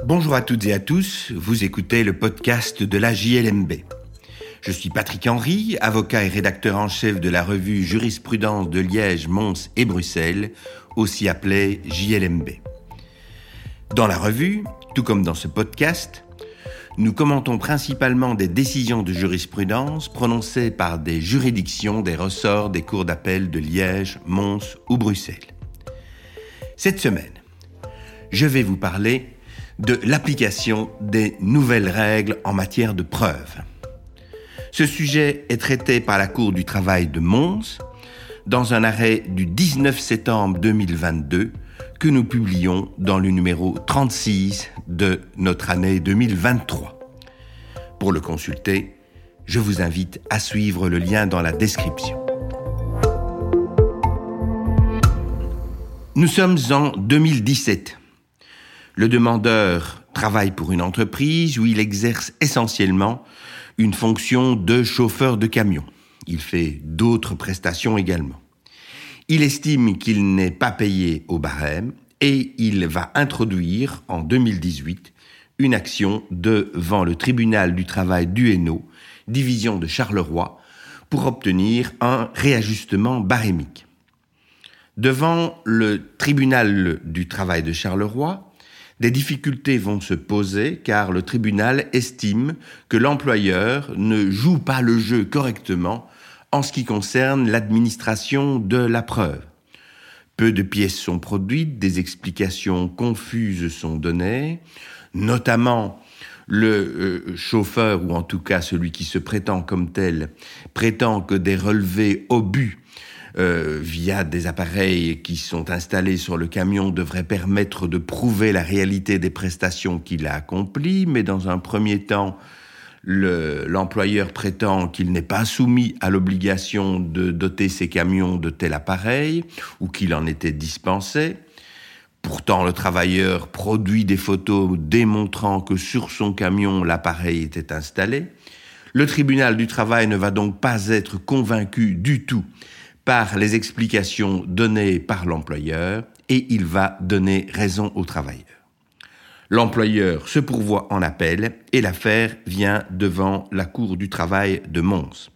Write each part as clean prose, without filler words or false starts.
Bonjour à toutes et à tous, vous écoutez le podcast de la JLMB. Je suis Patrick Henry, avocat et rédacteur en chef de la revue Jurisprudence de Liège, Mons et Bruxelles, aussi appelée JLMB. Dans la revue, tout comme dans ce podcast, nous commentons principalement des décisions de jurisprudence prononcées par des juridictions des ressorts des cours d'appel de Liège, Mons ou Bruxelles. Cette semaine, je vais vous parler de l'application des nouvelles règles en matière de preuves. Ce sujet est traité par la Cour du travail de Mons dans un arrêt du 19 septembre 2022 que nous publions dans le numéro 36 de notre année 2023. Pour le consulter, je vous invite à suivre le lien dans la description. Nous sommes en 2017. Le demandeur travaille pour une entreprise où il exerce essentiellement une fonction de chauffeur de camion. Il fait d'autres prestations également. Il estime qu'il n'est pas payé au barème et il va introduire en 2018 une action devant le tribunal du travail du Hainaut, division de Charleroi, pour obtenir un réajustement barémique. Devant le tribunal du travail de Charleroi, des difficultés vont se poser car le tribunal estime que l'employeur ne joue pas le jeu correctement en ce qui concerne l'administration de la preuve. Peu de pièces sont produites, des explications confuses sont données, notamment le chauffeur, ou en tout cas celui qui se prétend comme tel, prétend que des relevés obus via des appareils qui sont installés sur le camion devraient permettre de prouver la réalité des prestations qu'il a accomplies, mais dans un premier temps, l'employeur prétend qu'il n'est pas soumis à l'obligation de doter ses camions de tel appareil ou qu'il en était dispensé. Pourtant, le travailleur produit des photos démontrant que sur son camion, l'appareil était installé. Le tribunal du travail ne va donc pas être convaincu du tout par les explications données par l'employeur et il va donner raison au travailleur. L'employeur se pourvoit en appel et l'affaire vient devant la Cour du travail de Mons.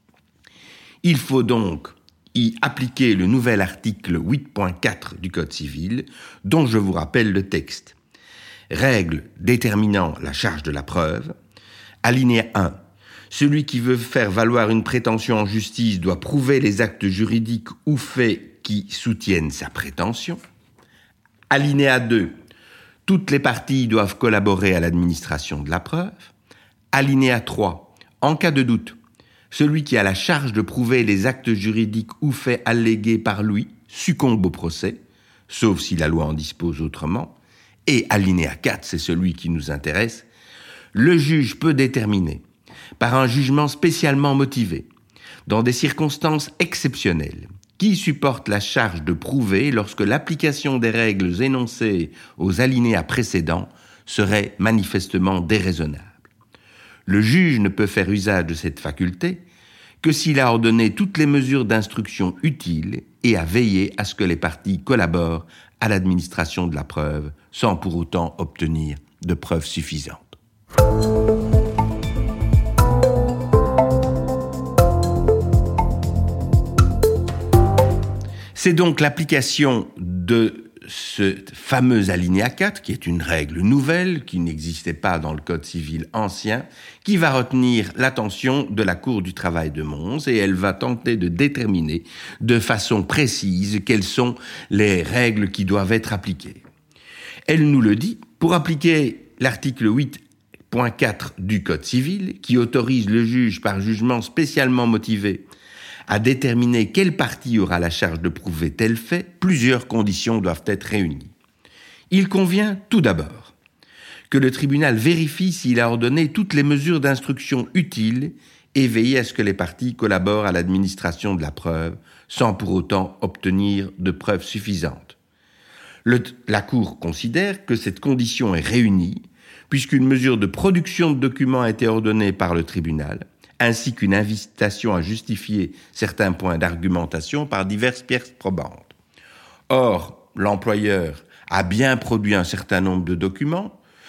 Il faut donc y appliquer le nouvel article 8.4 du Code civil, dont je vous rappelle le texte. Règle déterminant la charge de la preuve. Alinéa 1. Celui qui veut faire valoir une prétention en justice doit prouver les actes juridiques ou faits qui soutiennent sa prétention. Alinéa 2. Toutes les parties doivent collaborer à l'administration de la preuve. Alinéa 3. En cas de doute, celui qui a la charge de prouver les actes juridiques ou faits allégués par lui succombe au procès, sauf si la loi en dispose autrement. Et alinéa 4, c'est celui qui nous intéresse, le juge peut déterminer, par un jugement spécialement motivé, dans des circonstances exceptionnelles, qui supporte la charge de prouver lorsque l'application des règles énoncées aux alinéas précédents serait manifestement déraisonnable. Le juge ne peut faire usage de cette faculté que s'il a ordonné toutes les mesures d'instruction utiles et a veillé à ce que les parties collaborent à l'administration de la preuve sans pour autant obtenir de preuves suffisantes. C'est donc l'application de ce fameux alinéa 4, qui est une règle nouvelle, qui n'existait pas dans le Code civil ancien, qui va retenir l'attention de la Cour du travail de Mons et elle va tenter de déterminer de façon précise quelles sont les règles qui doivent être appliquées. Elle nous le dit, pour appliquer l'article 8.4 du Code civil, qui autorise le juge par jugement spécialement motivé à déterminer quelle partie aura la charge de prouver tel fait, plusieurs conditions doivent être réunies. Il convient tout d'abord que le tribunal vérifie s'il a ordonné toutes les mesures d'instruction utiles et veiller à ce que les parties collaborent à l'administration de la preuve sans pour autant obtenir de preuves suffisantes. La Cour considère que cette condition est réunie puisqu'une mesure de production de documents a été ordonnée par le tribunal, ainsi qu'une invitation à justifier certains points d'argumentation par diverses pièces probantes. Or, l'employeur a bien produit un certain nombre de documents,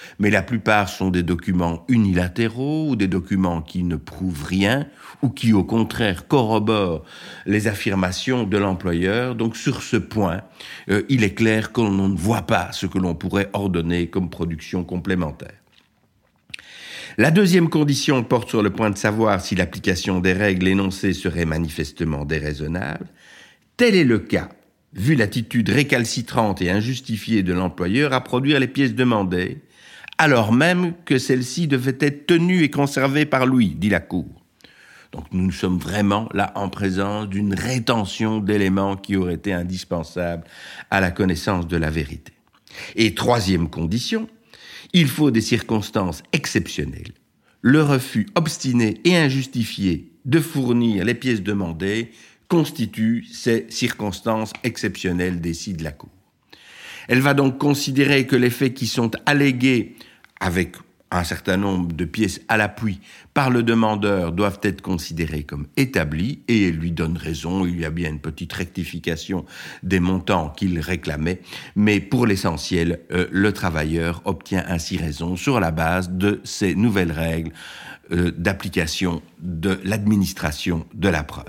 mais la plupart sont des documents unilatéraux ou des documents qui ne prouvent rien ou qui, au contraire, corroborent les affirmations de l'employeur. Donc, sur ce point, il est clair qu'on ne voit pas ce que l'on pourrait ordonner comme production complémentaire. La deuxième condition porte sur le point de savoir si l'application des règles énoncées serait manifestement déraisonnable. Tel est le cas, vu l'attitude récalcitrante et injustifiée de l'employeur à produire les pièces demandées, alors même que celles-ci devaient être tenues et conservées par lui, dit la Cour. Donc nous sommes vraiment là en présence d'une rétention d'éléments qui auraient été indispensables à la connaissance de la vérité. Et troisième condition, il faut des circonstances exceptionnelles. Le refus obstiné et injustifié de fournir les pièces demandées constitue ces circonstances exceptionnelles, décide la Cour. Elle va donc considérer que les faits qui sont allégués avec un certain nombre de pièces à l'appui par le demandeur doivent être considérés comme établis et elle lui donne raison, il y a bien une petite rectification des montants qu'il réclamait, mais pour l'essentiel, le travailleur obtient ainsi raison sur la base de ces nouvelles règles d'application de l'administration de la preuve.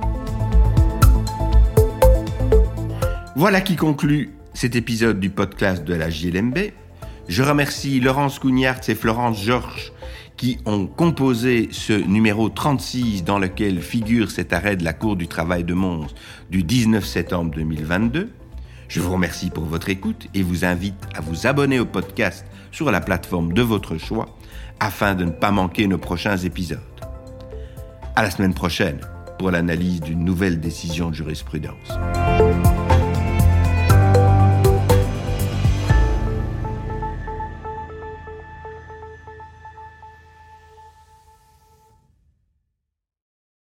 Voilà qui conclut cet épisode du podcast de la JLMB. Je remercie Laurence Cougnartz et Florence Georges qui ont composé ce numéro 36 dans lequel figure cet arrêt de la Cour du travail de Mons du 19 septembre 2022. Je vous remercie pour votre écoute et vous invite à vous abonner au podcast sur la plateforme de votre choix afin de ne pas manquer nos prochains épisodes. À la semaine prochaine pour l'analyse d'une nouvelle décision de jurisprudence.